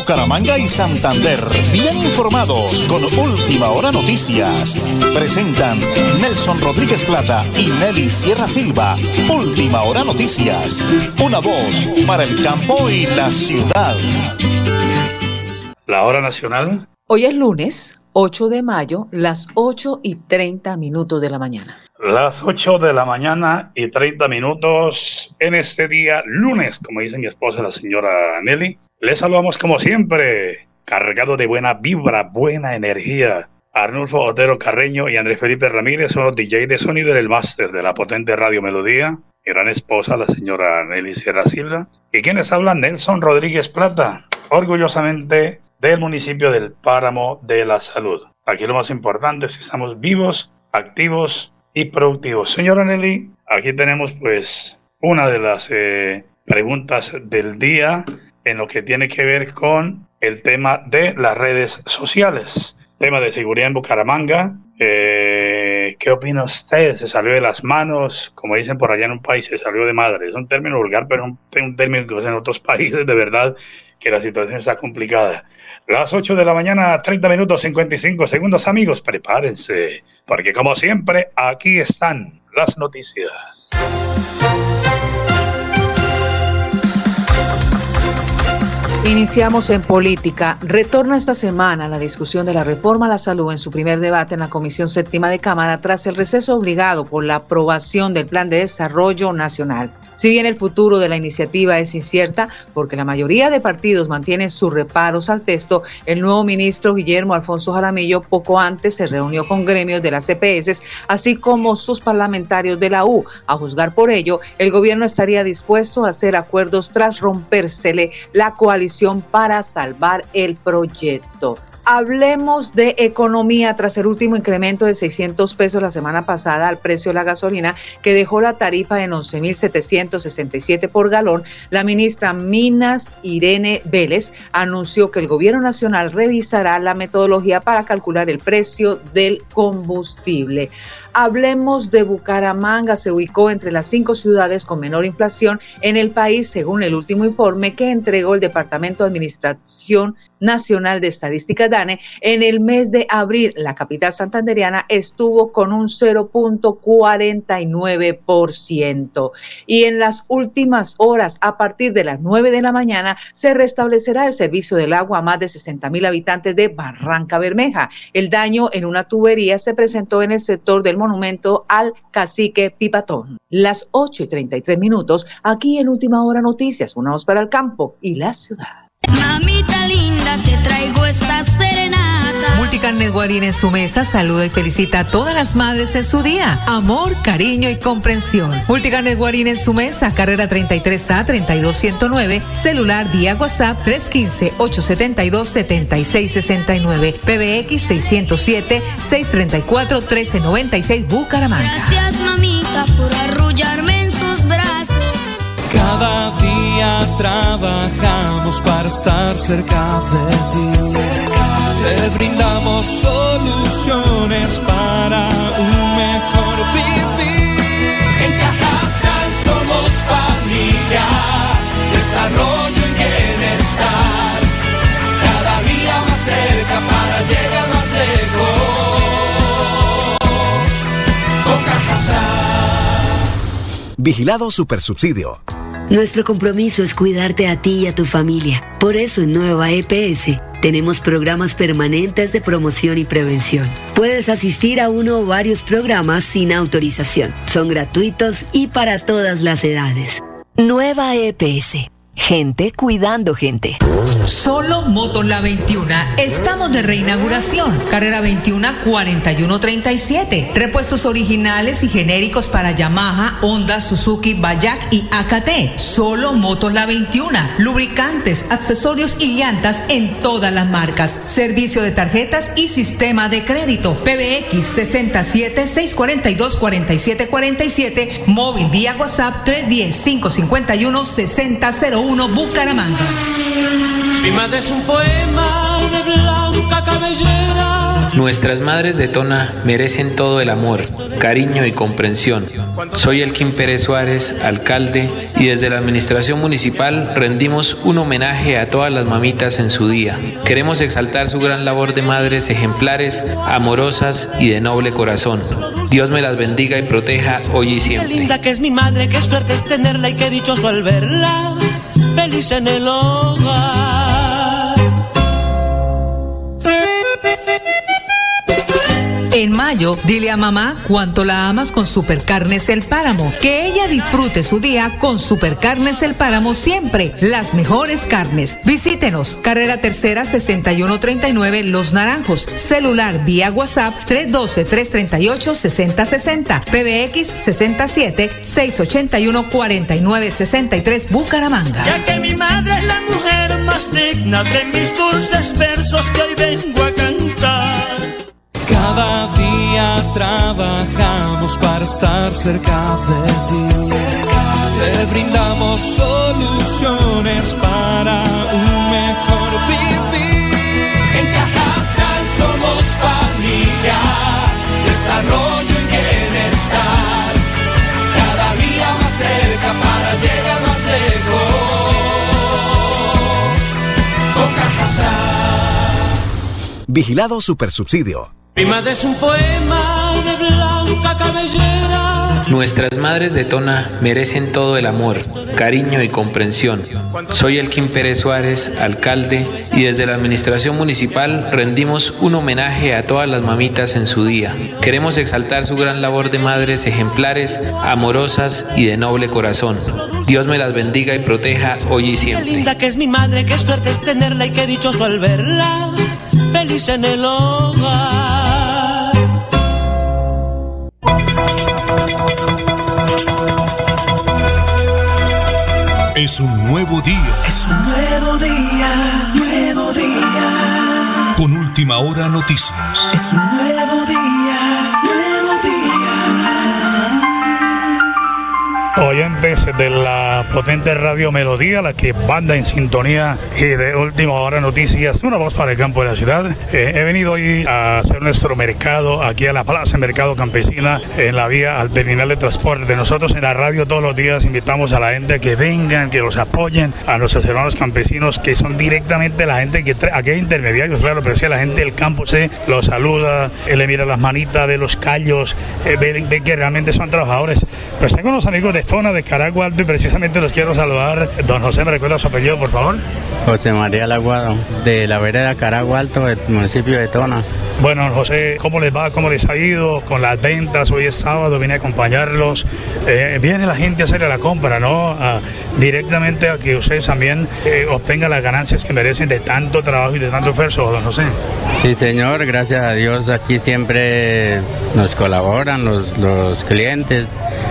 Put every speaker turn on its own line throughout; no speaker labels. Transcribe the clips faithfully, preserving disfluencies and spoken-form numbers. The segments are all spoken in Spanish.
Bucaramanga y Santander, bien informados con Última Hora Noticias. Presentan Nelson Rodríguez Plata y Nelly Sierra Silva. Última Hora Noticias, una voz para el campo y la ciudad.
La hora nacional.
Hoy es lunes, ocho de mayo, las ocho y treinta minutos de la mañana.
Las ocho de la mañana y treinta minutos en este día, lunes, como dice mi esposa, la señora Nelly. Les saludamos como siempre, cargado de buena vibra, buena energía. Arnulfo Otero Carreño y Andrés Felipe Ramírez son los D J de sonido del máster de la potente Radio Melodía. Mi gran esposa, la señora Nelly Sierra Silva. Y quienes hablan, Nelson Rodríguez Plata, orgullosamente del municipio del Páramo de la Salud. Aquí lo más importante es que estamos vivos, activos y productivos. Señora Nelly, aquí tenemos pues una de las eh, preguntas del día en lo que tiene que ver con el tema de las redes sociales. Tema de seguridad en Bucaramanga. Eh, ¿Qué opina usted? ¿Se salió de las manos? Como dicen por allá en un país, se salió de madre. Es un término vulgar, pero un, un término que en otros países de verdad que la situación está complicada. Las ocho de la mañana, treinta minutos, cincuenta y cinco segundos, amigos, prepárense, porque como siempre, aquí están las noticias.
Iniciamos en política. Retorna esta semana la discusión de la reforma a la salud en su primer debate en la Comisión Séptima de Cámara tras el receso obligado por la aprobación del Plan de Desarrollo Nacional. Si bien el futuro de la iniciativa es incierta porque la mayoría de partidos mantienen sus reparos al texto, el nuevo ministro Guillermo Alfonso Jaramillo poco antes se reunió con gremios de las C P S, así como sus parlamentarios de la U. A juzgar por ello, el gobierno estaría dispuesto a hacer acuerdos tras rompérsele la coalición para salvar el proyecto. Hablemos de economía tras el último incremento de seiscientos pesos la semana pasada al precio de la gasolina, que dejó la tarifa en once mil setecientos sesenta y siete por galón. La ministra Minas Irene Vélez anunció que el gobierno nacional revisará la metodología para calcular el precio del combustible. Hablemos de Bucaramanga. Se ubicó entre las cinco ciudades con menor inflación en el país, según el último informe que entregó el Departamento de Administración Nacional de Estadística DANE. En el mes de abril, la capital santandereana estuvo con un cero punto cuarenta y nueve por ciento. Y en las últimas horas, a partir de las nueve de la mañana, se restablecerá el servicio del agua a más de sesenta mil habitantes de Barranca Bermeja. El daño en una tubería se presentó en el sector del monumento al Cacique Pipatón. Las ocho y treinta y tres minutos, aquí en Última Hora Noticias, una voz para el campo y la ciudad.
Mamita linda, te traigo esta serenata.
Multicarnes Guarín en su mesa saluda y felicita a todas las madres en su día. Amor, cariño y comprensión. Multicarnes Guarín en su mesa, carrera treinta y tres A treinta y dos ciento nueve, celular vía WhatsApp tres uno cinco, ocho siete dos, siete seis seis nueve, P B X seis cero siete, seis tres cuatro, uno tres nueve seis, Bucaramanga.
Gracias, mamita, por arrullarme en sus brazos.
Cada día trabajamos para estar cerca de ti. Cerca de Te brindamos soluciones para un mejor vivir. En Cajasal somos familia, desarrollo y bienestar. Cada día más cerca para llegar más lejos. Con Cajasal.
Vigilado Supersubsidio.
Nuestro compromiso es cuidarte a ti y a tu familia. Por eso en Nueva E P S tenemos programas permanentes de promoción y prevención. Puedes asistir a uno o varios programas sin autorización. Son gratuitos y para todas las edades. Nueva E P S. Gente cuidando gente.
Solo Motos La veintiuno. Estamos de reinauguración. Carrera veintiuno, cuarenta y uno treinta y siete. Repuestos originales y genéricos para Yamaha, Honda, Suzuki, Bayak y A K T. Solo Motos La veintiuno. Lubricantes, accesorios y llantas en todas las marcas. Servicio de tarjetas y sistema de crédito. P B X sesenta y siete, seiscientos cuarenta y dos, cuarenta y siete cuarenta y siete. Móvil vía WhatsApp tres uno cero, cinco cinco uno, seis cero cero uno, Bucaramanga.
Mi madre es un poema de blanco blanca cabellera.
Nuestras madres de Tona merecen todo el amor, cariño y comprensión. Soy Elkin Pérez Suárez, alcalde, y desde la administración municipal rendimos un homenaje a todas las mamitas en su día. Queremos exaltar su gran labor de madres ejemplares, amorosas y de noble corazón. Dios me las bendiga y proteja hoy y siempre.
Qué linda que es mi madre, qué suerte es tenerla y qué dichoso al verla, feliz en el hogar.
En mayo, dile a mamá cuánto la amas con Supercarnes El Páramo. Que ella disfrute su día con Supercarnes El Páramo siempre. Las mejores carnes. Visítenos. Carrera Tercera sesenta y uno treinta y nueve Los Naranjos. Celular vía WhatsApp tres uno dos, tres tres ocho, seis cero seis cero. P B X sesenta y siete, seiscientos ochenta y uno, cuarenta y nueve sesenta y tres Bucaramanga.
Ya que mi madre es la mujer más digna de mis dulces versos que hoy vengo a cantar. Cada día trabajamos para estar cerca de ti. Te brindamos soluciones para un mejor vivir. En Cajasal somos familia, desarrollo y bienestar. Cada día más cerca para llegar más lejos. Con Cajasal.
Vigilado Supersubsidio.
Mi madre es un poema de blanca cabellera.
Nuestras madres de Tona merecen todo el amor, cariño y comprensión. Soy Elkin Pérez Suárez, alcalde, y desde la administración municipal rendimos un homenaje a todas las mamitas en su día. Queremos exaltar su gran labor de madres ejemplares, amorosas y de noble corazón. Dios me las bendiga y proteja hoy y siempre.
Qué linda que es mi madre, qué suerte es tenerla y qué dichoso al verla, feliz en el hogar.
Es un nuevo día.
Es un nuevo día, nuevo día.
Con Última Hora Noticias.
Es un nuevo día, nuevo día.
Oyentes de la potente Radio Melodía, la que banda en sintonía y de Última Hora Noticias, una voz para el campo de la ciudad. Eh, he venido hoy a hacer nuestro mercado aquí a la Plaza Mercado Campesina, en la vía al terminal de transporte. Nosotros en la radio todos los días invitamos a la gente a que vengan, que los apoyen, a nuestros hermanos campesinos, que son directamente la gente que trae, aquí hay intermediarios, claro, pero si la gente del campo se los saluda, eh, le mira las manitas, ve los callos, eh, ve, ve que realmente son trabajadores. Pues tengo unos amigos de Tona, de Caragua Alto, y precisamente los quiero saludar. Don José, ¿me recuerda su apellido, por favor?
José María Laguado, de la vereda Caragua Alto, del municipio de Tona.
Bueno, José, ¿cómo les va? ¿Cómo les ha ido con las ventas? Hoy es sábado, vine a acompañarlos. Eh, viene la gente a hacerle la compra, ¿no? A, directamente a que ustedes también eh, obtengan las ganancias que merecen de tanto trabajo y de tanto esfuerzo, don José.
Sí, señor, gracias a Dios aquí siempre nos colaboran los, los clientes.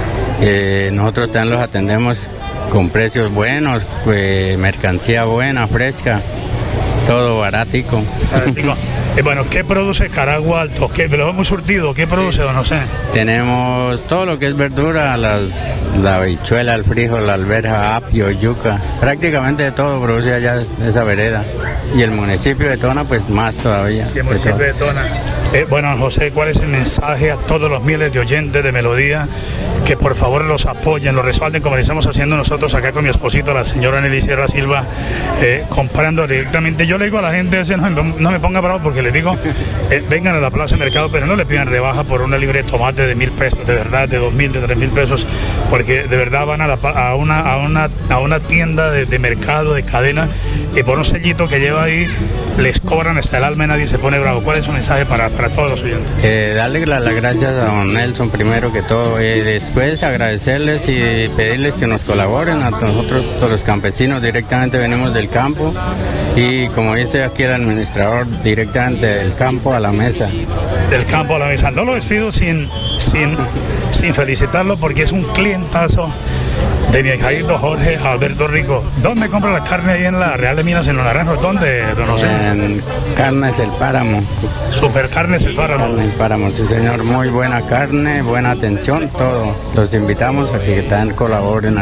Eh, nosotros también los atendemos con precios buenos, pues, mercancía buena, fresca, todo barático.
Baratico. Eh, bueno, ¿qué produce Caragua Alto? ¿Qué, lo hemos surtido? ¿Qué produce, don José?
Tenemos todo lo que es verdura, las, la habichuela, el frijol, la alberja, apio, yuca, prácticamente de todo produce allá esa vereda. Y el municipio de Tona, pues más todavía.
Y el municipio de, de Tona. Eh, bueno, José, ¿cuál es el mensaje a todos los miles de oyentes de Melodía? Que por favor los apoyen, los respalden, como le estamos haciendo nosotros acá con mi esposito, la señora Nelly Sierra Silva, eh, comprando directamente. Yo le digo a la gente, no, no me ponga bravo porque les digo, eh, vengan a la Plaza de Mercado, pero no le pidan rebaja por una libre de tomate de mil pesos, de verdad, de dos mil, de tres mil pesos, porque de verdad van a, la, a, una, a, una, a una tienda de, de mercado, de cadena, y por un sellito que lleva ahí, les cobran hasta el alma y nadie se pone bravo. ¿Cuál es su mensaje para, para todos los oyentes?
Eh, darle las la gracias a don Nelson primero que todo, y eh, después agradecerles y pedirles que nos colaboren a nosotros, todos los campesinos, directamente venimos del campo y como dice aquí el administrador, directamente del campo a la mesa.
Del campo a la mesa. No lo despido sin, sin, sin felicitarlo porque es un clientazo de mi hijadito Jorge Alberto Rico. ¿Dónde compra la carne ahí en la Real de Minas, en Los Naranjos? ¿Dónde, don José?
En Carnes El Páramo.
Super Carnes El Páramo.
Carnes El Páramo, sí señor, muy buena carne, buena atención, todo. Los invitamos a que también colaboren allá.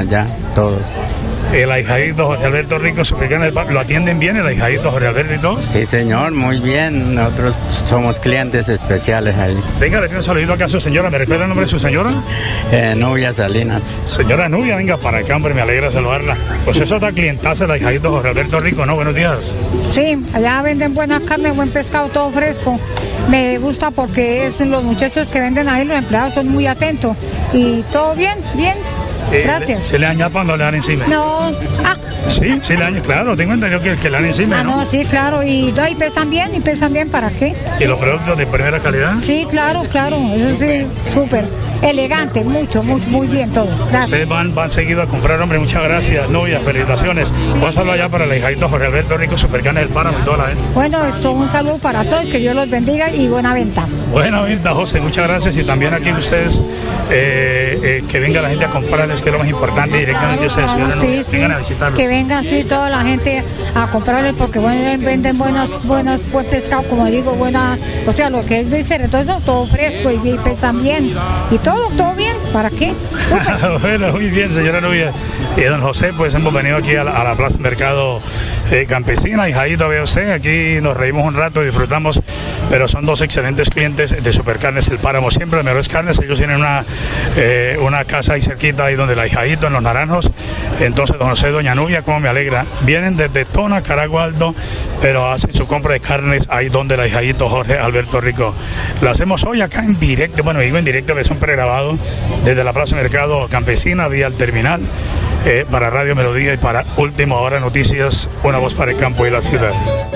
todos.
El ahijadito Jorge Alberto Rico, Supercarnes El Páramo, ¿lo atienden bien el ahijadito Jorge Alberto y todo?
Sí, señor, muy bien. Nosotros somos clientes especiales ahí.
Venga, le pido un saludito acá a su señora. ¿Me recuerda el nombre de su señora?
Eh, Nubia Salinas.
Señora Nubia, venga para acá, hombre, me alegra saludarla. Pues eso da clientaza el ahijadito Jorge Alberto Rico, ¿no? Buenos días.
Sí, allá venden buena carne, buen pescado, todo fresco. Me gusta porque es, los muchachos que venden ahí, los empleados son muy atentos. Y todo bien, bien.
Eh,
Gracias.
¿Se le daña cuando le dan encima?
No. Ah.
Sí, sí le daña, claro. Tengo entendido que, que le dan encima,
Ah,
¿no?
no, sí, claro. Y, no, y pesan bien, y pesan bien, ¿para qué?
¿Y los productos de primera calidad?
Sí, claro, claro. Eso sí, súper. Elegante, mucho, muy, muy bien todo. Gracias.
Ustedes van, van seguido a comprar, hombre. Muchas gracias, Nubia. Felicitaciones. Sí. Un saludo allá para el ahijadito Jorge Alberto Rico, Supercarnes El Páramo y toda la gente.
Bueno, esto un saludo para todos. Que Dios los bendiga y buena venta.
Buena venta, José. Muchas gracias. Y también aquí ustedes, eh, eh, que venga la gente a comprarles, que es lo más importante, directamente claro, claro, señora Nubia.
Sí,
vengan
sí,
a visitarlos.
Que vengan, sí, toda la gente a comprarles porque bueno, venden buenos, buenos, buen pescado, como digo, buena, o sea, lo que es víscera, todo eso, todo fresco y, y pesan bien. Y todo, todo bien. ¿Para qué?
Bueno, muy bien, señora Nubia. Y don José, pues hemos venido aquí a la, a la Plaza Mercado eh, Campesina, y ahí todavía usted, aquí nos reímos un rato, disfrutamos, pero son dos excelentes clientes de Supercarnes El Páramo, siempre las mejores carnes. Ellos tienen una, eh, una casa ahí cerquita, ahí donde el ahijadito, en Los Naranjos. Entonces, don José, doña Nubia, cómo me alegra. Vienen desde Tona, Caragualdo, pero hacen su compra de carnes ahí donde el ahijadito Jorge Alberto Rico. Lo hacemos hoy acá en directo, bueno, digo en directo, que son pregrabados desde la Plaza Mercado Campesina, vía el terminal, eh, para Radio Melodía y para Última Hora Noticias, una voz para el campo y la ciudad.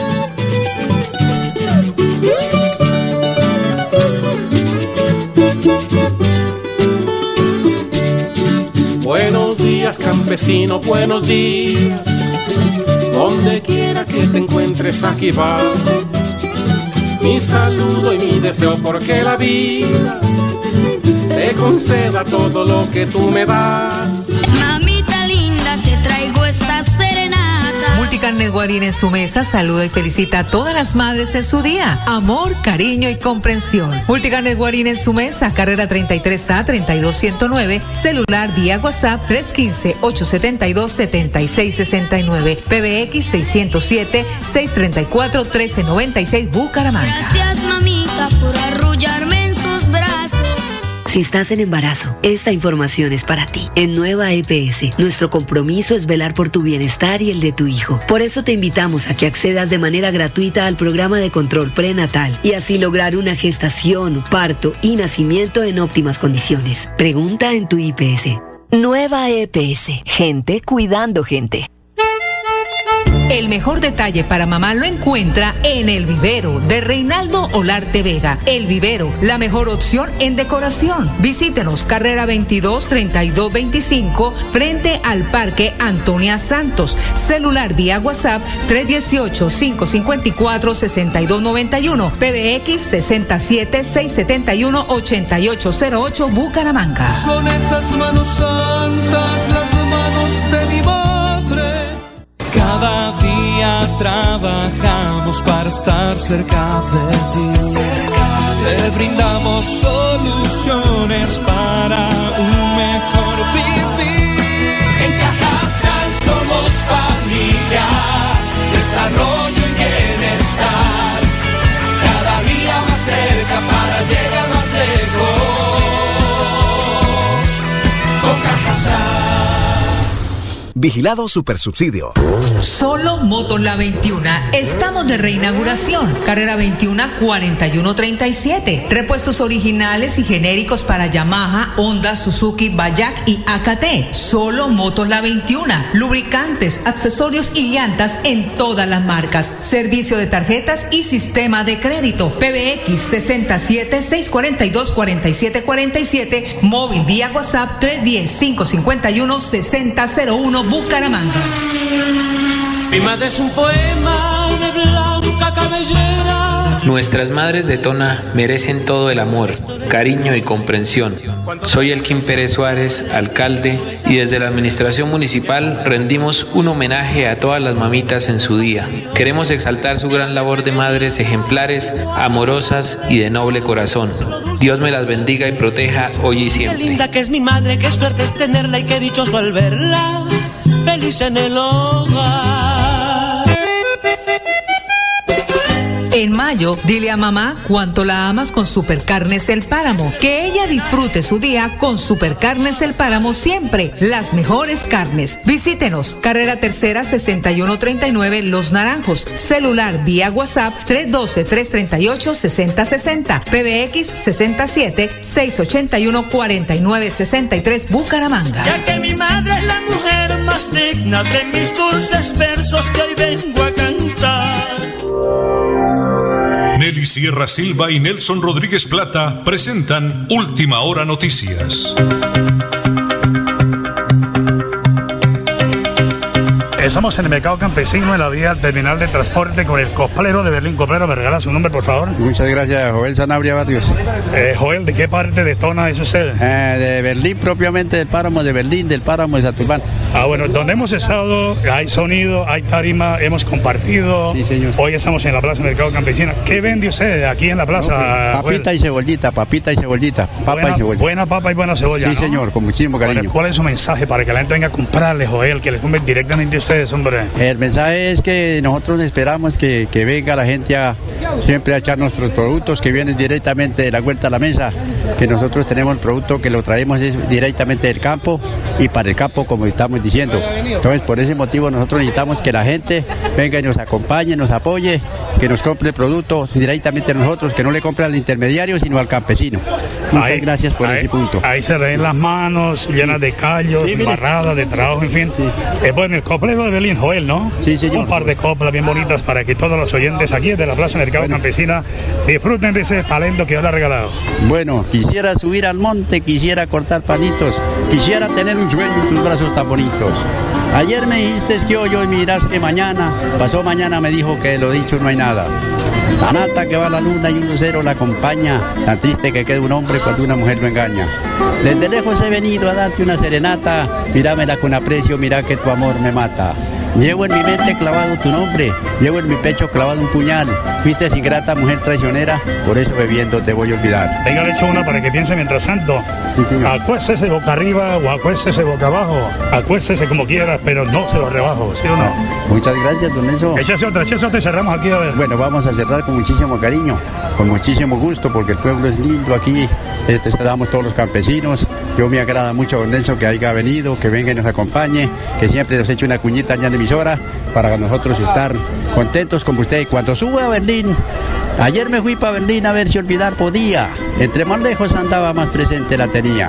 Buenos días, campesino, buenos días. Donde quiera que te encuentres, aquí va mi saludo y mi deseo, porque la vida te conceda todo lo que tú me das.
Mamita linda, te traigo esta serenata.
Multicarnes Guarín en su mesa saluda y felicita a todas las madres en su día. Amor, cariño y comprensión. Multicarnes Guarín en su mesa, carrera treinta y tres A treinta y dos ciento nueve, celular vía WhatsApp tres uno cinco, ocho siete dos, siete seis seis nueve, P B X seis cero siete, seis tres cuatro, uno tres nueve seis, Bucaramanga.
Gracias, mamita, por arrullarme en sus brazos.
Si estás en embarazo, esta información es para ti. En Nueva E P S, nuestro compromiso es velar por tu bienestar y el de tu hijo. Por eso te invitamos a que accedas de manera gratuita al programa de control prenatal y así lograr una gestación, parto y nacimiento en óptimas condiciones. Pregunta en tu I P S. Nueva E P S. Gente cuidando gente.
El mejor detalle para mamá lo encuentra en El Vivero de Reinaldo Olarte Vega. El Vivero, la mejor opción en decoración. Visítenos, carrera veintidós, treinta y dos veinticinco, frente al Parque Antonia Santos. Celular vía WhatsApp tres uno ocho, cinco cinco cuatro, seis dos nueve uno, P B X seis siete, seis siete uno, ocho ocho cero ocho, Bucaramanga.
Son esas manos santas, las manos de mi madre. Cada día trabajamos para estar cerca de ti. Cerca de Te brindamos soluciones para un mejor vivir. En Cajasal somos familia, desarrollo y bienestar. Cada día más cerca para llegar más lejos. Con Cajasal.
Vigilado Supersubsidio.
Solo Motos La veintiuno. Estamos de reinauguración. Carrera veintiuno, cuarenta y uno treinta y siete. Repuestos originales y genéricos para Yamaha, Honda, Suzuki, Bayak y A K T. Solo Motos La veintiuno. Lubricantes, accesorios y llantas en todas las marcas. Servicio de tarjetas y sistema de crédito. P B X seis siete, seis cuatro dos, cuatro siete cuatro siete. Móvil vía WhatsApp tres uno cero, cinco cinco uno, seis cero cero uno, Bucaramanga.
Mi madre es un poema de blanca cabellera,
Nuestras madres de Tona merecen todo el amor, cariño y comprensión. Soy Elkin Pérez Suárez, alcalde, y desde la administración municipal rendimos un homenaje a todas las mamitas en su día. Queremos exaltar su gran labor de madres ejemplares, amorosas y de noble corazón. Dios me las bendiga y proteja hoy y siempre.
Qué linda que es mi madre, qué suerte es tenerla y qué dichoso al verla, feliz en el hogar.
En mayo, dile a mamá cuánto la amas con Supercarnes El Páramo. Que ella disfrute su día con Supercarnes El Páramo siempre. Las mejores carnes. Visítenos. Carrera Tercera sesenta y uno treinta y nueve Los Naranjos. Celular vía WhatsApp tres uno dos, tres tres ocho, seis cero seis cero. P B X sesenta y siete, seiscientos ochenta y uno, cuarenta y nueve sesenta y tres Bucaramanga.
Ya que mi madre es la mujer más digna de mis dulces versos que hoy vengo a cantar.
Nelly Sierra Silva y Nelson Rodríguez Plata presentan Última Hora Noticias.
Estamos en el mercado campesino, en la vía al terminal de transporte con el coplero de Berlín. Coplero, ¿me regala su nombre, por favor?
Muchas gracias, Joel Sanabria Barrios.
Eh, Joel, ¿de qué parte de Tona es usted?
Eh, de Berlín, propiamente del páramo de Berlín, del páramo de Saturbán.
Ah, bueno, donde hemos estado, hay sonido, hay tarima, hemos compartido.
Sí, señor.
Hoy estamos en la plaza Mercado Campesina. ¿Qué vende usted aquí en la plaza?
No, papita Joel? y cebollita, papita y cebollita, papa
buena,
y cebolla.
Buena papa y buena cebolla,
Sí,
¿no?
señor, con muchísimo cariño.
Bueno, ¿cuál es su mensaje para que la gente venga a comprarle, Joel, que les compren directamente a ustedes, hombre?
El mensaje es que nosotros esperamos que, que venga la gente a siempre a echar nuestros productos que vienen directamente de la huerta a la mesa, que nosotros tenemos el producto que lo traemos directamente del campo y para el campo, como estamos diciendo. Entonces, por ese motivo nosotros necesitamos que la gente venga y nos acompañe, nos apoye, que nos compre productos directamente a nosotros, que no le compre al intermediario, sino al campesino. Muchas
ahí,
gracias por
ahí,
ese punto.
Ahí se ven las manos llenas de callos, sí, barradas, de trabajo, en fin. Sí. Es bueno, el coplero de Berlín, Joel, ¿no?
Sí, señor.
Un par de coplas bien bonitas para que todos los oyentes aquí de la Plaza Mercado bueno. Campesina disfruten de ese talento que Dios le ha regalado.
Bueno, quisiera subir al monte, quisiera cortar panitos, quisiera tener un sueño en tus brazos tan bonitos. Ayer me dijiste que hoy, hoy mirás que mañana, pasó mañana me dijo que de lo dicho no hay nada. Tan alta que va la luna y un lucero la acompaña, tan triste que queda un hombre cuando una mujer lo engaña. Desde lejos he venido a darte una serenata, míramela con aprecio, mira que tu amor me mata. Llevo en mi mente clavado tu nombre, llevo en mi pecho clavado un puñal. Fuiste ingrata, mujer traicionera, por eso bebiendo te voy a olvidar.
Venga, le echo una para que piense mientras tanto. Sí, acuéstese boca arriba o acuéstese boca abajo. Acuéstese como quiera, pero no se lo rebajo, ¿sí o no?
no. Muchas gracias, don Nelson.
Échase otra, échase otra y cerramos aquí a ver.
Bueno, vamos a cerrar con muchísimo cariño, con muchísimo gusto, porque el pueblo es lindo aquí. Este, estamos todos los campesinos. Yo me agrada mucho, don Nelson, que haya venido, que venga y nos acompañe, que siempre nos eche una cuñita allá en emisora para nosotros estar contentos con usted. Y cuando sube a Berlín, ayer me fui para Berlín a ver si olvidar podía. Entre más lejos andaba, más presente la tenía.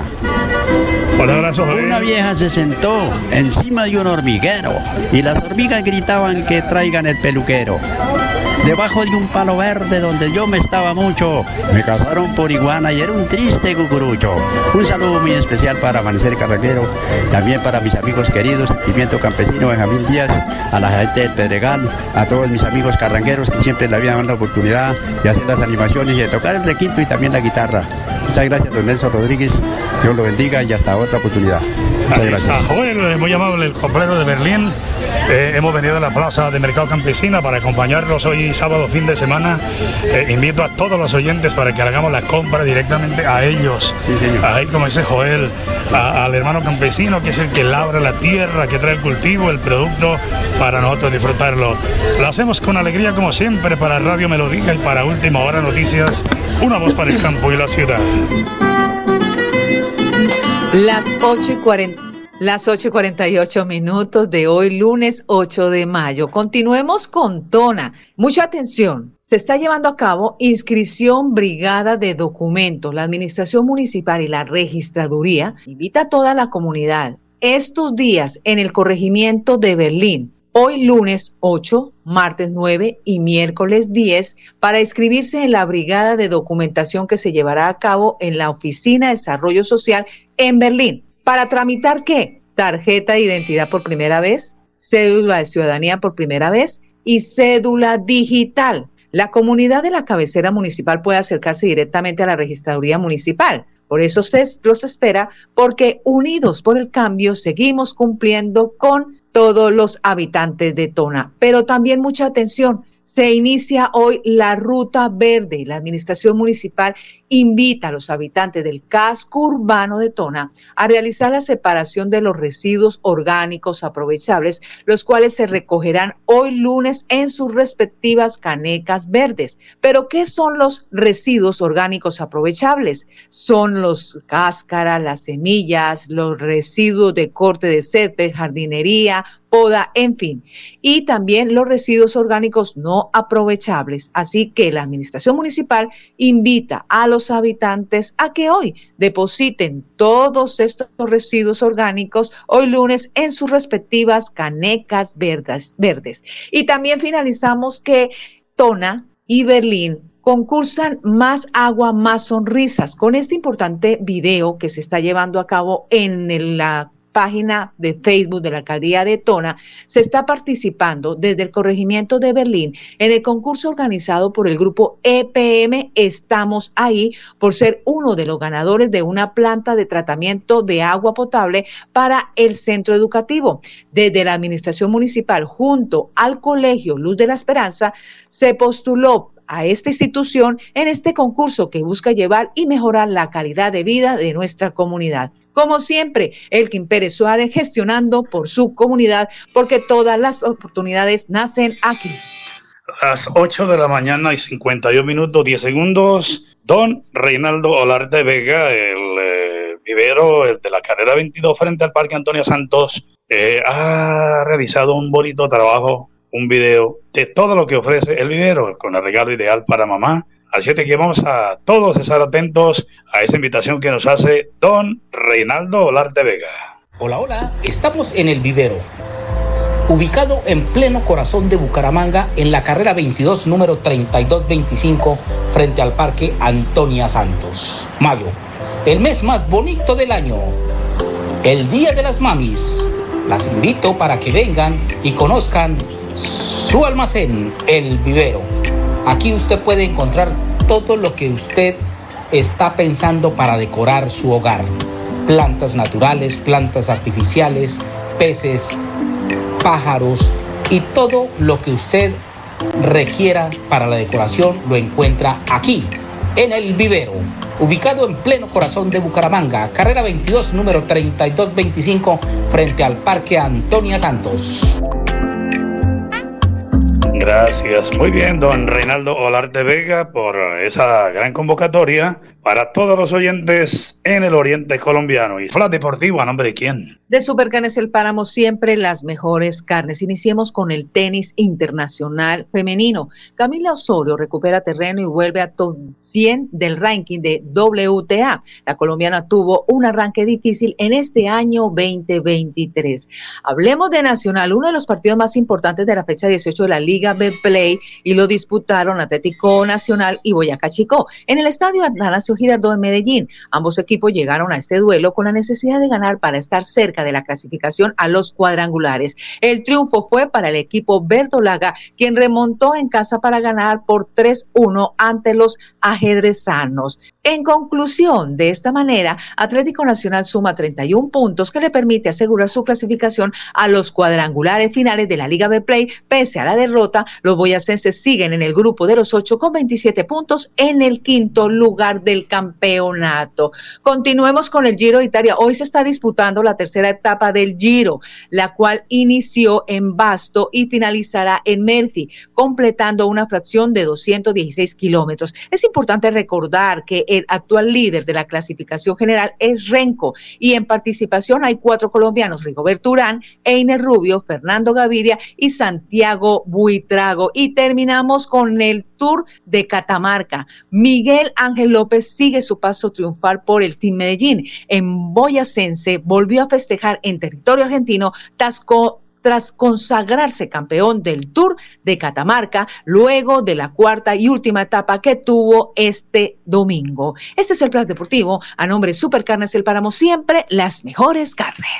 Un abrazo,
una vieja se sentó encima de un hormiguero y las hormigas gritaban que traigan el peluquero. Debajo de un palo verde donde yo me estaba mucho, me cazaron por iguana y era un triste cucurucho. Un saludo muy especial para Amanecer Carranguero, también para mis amigos queridos, Sentimiento Campesino, Benjamín Díaz, a la gente del Pedregal, a todos mis amigos carrangueros que siempre en la vida dan la oportunidad de hacer las animaciones y de tocar el requinto y también la guitarra. Muchas gracias, don Nelson Rodríguez, Dios lo bendiga y hasta otra oportunidad. Muchas gracias.
Joel, muy amable, el coplero de Berlín. Eh, hemos venido a la plaza de Mercado Campesina para acompañarlos hoy sábado, fin de semana. Eh, invito a todos los oyentes para que hagamos la compra directamente a ellos.
Sí,
ahí, como dice Joel, a, al hermano campesino, que es el que labra la tierra, que trae el cultivo, el producto, para nosotros disfrutarlo. Lo hacemos con alegría, como siempre, para Radio Melodía y para Última Hora Noticias, una voz para el campo y la ciudad.
Las ocho y cuarenta. Las ocho y cuarenta y ocho minutos de hoy, lunes ocho de mayo. Continuemos con Tona. Mucha atención. Se está llevando a cabo inscripción brigada de documentos. La Administración Municipal y la Registraduría invita a toda la comunidad estos días en el corregimiento de Berlín. Hoy lunes ocho, martes nueve y miércoles diez para inscribirse en la brigada de documentación que se llevará a cabo en la Oficina de Desarrollo Social en Berlín. ¿Para tramitar qué? Tarjeta de identidad por primera vez, cédula de ciudadanía por primera vez y cédula digital. la comunidad de la cabecera municipal puede acercarse directamente a la registraduría municipal. Por eso se los espera, porque unidos por el cambio seguimos cumpliendo con todos los habitantes de Tona. Pero también mucha atención. Se inicia hoy la Ruta Verde. La Administración Municipal invita a los habitantes del casco urbano de Tona a realizar la separación de los residuos orgánicos aprovechables, los cuales se recogerán hoy lunes en sus respectivas canecas verdes. ¿Pero qué son los residuos orgánicos aprovechables? Son los cáscaras, las semillas, los residuos de corte de césped, jardinería, poda, en fin, y también los residuos orgánicos no aprovechables. Así que la Administración Municipal invita a los habitantes a que hoy depositen todos estos residuos orgánicos hoy lunes en sus respectivas canecas verdes. verdes. Y también finalizamos que Tona y Berlín concursan Más Agua, Más Sonrisas. Con este importante video que se está llevando a cabo en la página de Facebook de la Alcaldía de Tona, se está participando desde el corregimiento de Berlín en el concurso organizado por el grupo E P M Estamos Ahí, por ser uno de los ganadores de una planta de tratamiento de agua potable para el centro educativo. Desde la Administración Municipal, junto al Colegio Luz de la Esperanza, se postuló a esta institución en este concurso que busca llevar y mejorar la calidad de vida de nuestra comunidad. Como siempre, Elkin Pérez Suárez gestionando por su comunidad, porque todas las oportunidades nacen aquí.
Las ocho de la mañana y cincuenta y un minutos, diez segundos. Don Reinaldo Olarte Vega, el eh, vivero el de la carrera veintidós frente al Parque Antonio Santos, eh, ha realizado un bonito trabajo, un video de todo lo que ofrece el vivero, con el regalo ideal para mamá. Así que vamos a todos estar atentos a esa invitación que nos hace don Reinaldo Olarte Vega.
Hola, hola, estamos en el vivero, ubicado en pleno corazón de Bucaramanga, en la carrera veintidós, número treinta y dos veinticinco, frente al Parque Antonia Santos. Mayo, el mes más bonito del año, el Día de las Mamis. Las invito para que vengan y conozcan su almacén, el vivero. Aquí usted puede encontrar todo lo que usted está pensando para decorar su hogar. Plantas naturales, plantas artificiales, peces, pájaros y todo lo que usted requiera para la decoración lo encuentra aquí, en el vivero, ubicado en pleno corazón de Bucaramanga, carrera veintidós, número treinta y dos veinticinco, frente al Parque Antonia Santos.
Gracias. Muy bien, don Reinaldo Olarte Vega, por esa gran convocatoria para todos los oyentes en el oriente colombiano. Y Flash Deportivo, ¿a nombre de quién?
De Supercarnes El Páramo, siempre las mejores carnes. Iniciemos con el tenis internacional femenino. Camila Osorio recupera terreno y vuelve a top cien del ranking de W T A. La colombiana tuvo un arranque difícil en este año veinte veintitrés. Hablemos de Nacional, uno de los partidos más importantes de la fecha dieciocho de la Liga Betplay, y lo disputaron Atlético Nacional y Boyacá Chicó en el estadio Atanasio Girardot en Medellín. Ambos equipos llegaron a este duelo con la necesidad de ganar para estar cerca de la clasificación a los cuadrangulares. El triunfo fue para el equipo verdolaga, quien remontó en casa para ganar por tres uno ante los ajedrezanos. En conclusión, de esta manera, Atlético Nacional suma treinta y uno puntos, que le permite asegurar su clasificación a los cuadrangulares finales de la Liga Betplay. Pese a la derrota, los boyacenses siguen en el grupo de los ocho con veintisiete puntos en el quinto lugar del campeonato. Continuemos con el Giro de Italia. Hoy se está disputando la tercera etapa del Giro, la cual inició en Basto y finalizará en Melfi, completando una fracción de doscientos dieciséis kilómetros. Es importante recordar que el actual líder de la clasificación general es Renko, y en participación hay cuatro colombianos: Rigoberto Urán, Einer Rubio, Fernando Gaviria y Santiago Buitrago. Y terminamos con el Tour de Catamarca. Miguel Ángel López sigue su paso triunfal por el Team Medellín. En boyacense volvió a festejar en territorio argentino Tasco, tras consagrarse campeón del Tour de Catamarca, luego de la cuarta y última etapa que tuvo este domingo. Este es el Flash Deportivo, a nombre de Supercarnes El Páramo, siempre las mejores carnes.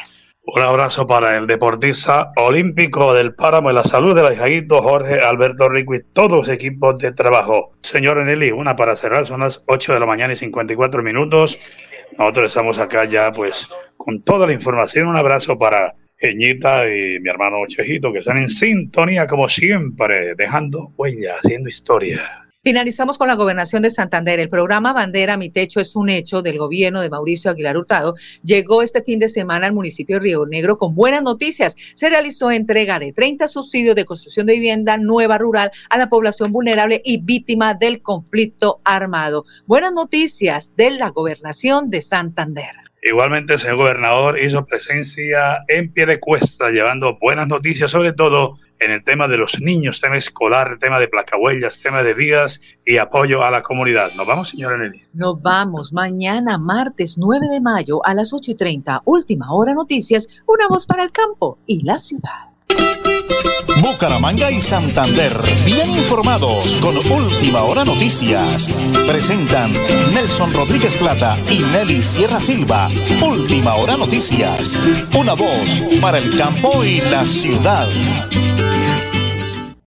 Un abrazo para el deportista olímpico del Páramo de la Salud del Ahijaguito, Jorge Alberto Rico, y todos los equipos de trabajo. Señor Nelly, una para cerrar, son las ocho de la mañana y cincuenta y cuatro minutos. Nosotros estamos acá ya pues con toda la información. Un abrazo para Eñita y mi hermano Chejito, que están en sintonía como siempre, dejando huella, haciendo historia.
Finalizamos con la Gobernación de Santander. El programa Bandera Mi Techo es un hecho del gobierno de Mauricio Aguilar Hurtado. Llegó este fin de semana al municipio de Río Negro con buenas noticias. Se realizó entrega de treinta subsidios de construcción de vivienda nueva rural a la población vulnerable y víctima del conflicto armado. Buenas noticias de la Gobernación de Santander.
Igualmente, el señor gobernador hizo presencia en Piedecuesta, llevando buenas noticias, sobre todo en el tema de los niños, tema escolar, tema de placahuellas, tema de vías y apoyo a la comunidad. ¿Nos vamos, señora Nelly?
Nos vamos mañana, martes nueve de mayo, a las ocho y treinta. Última Hora Noticias, una voz para el campo y la ciudad.
Bucaramanga y Santander, bien informados con Última Hora Noticias. Presentan Nelson Rodríguez Plata y Nelly Sierra Silva. Última Hora Noticias, una voz para el campo y la ciudad.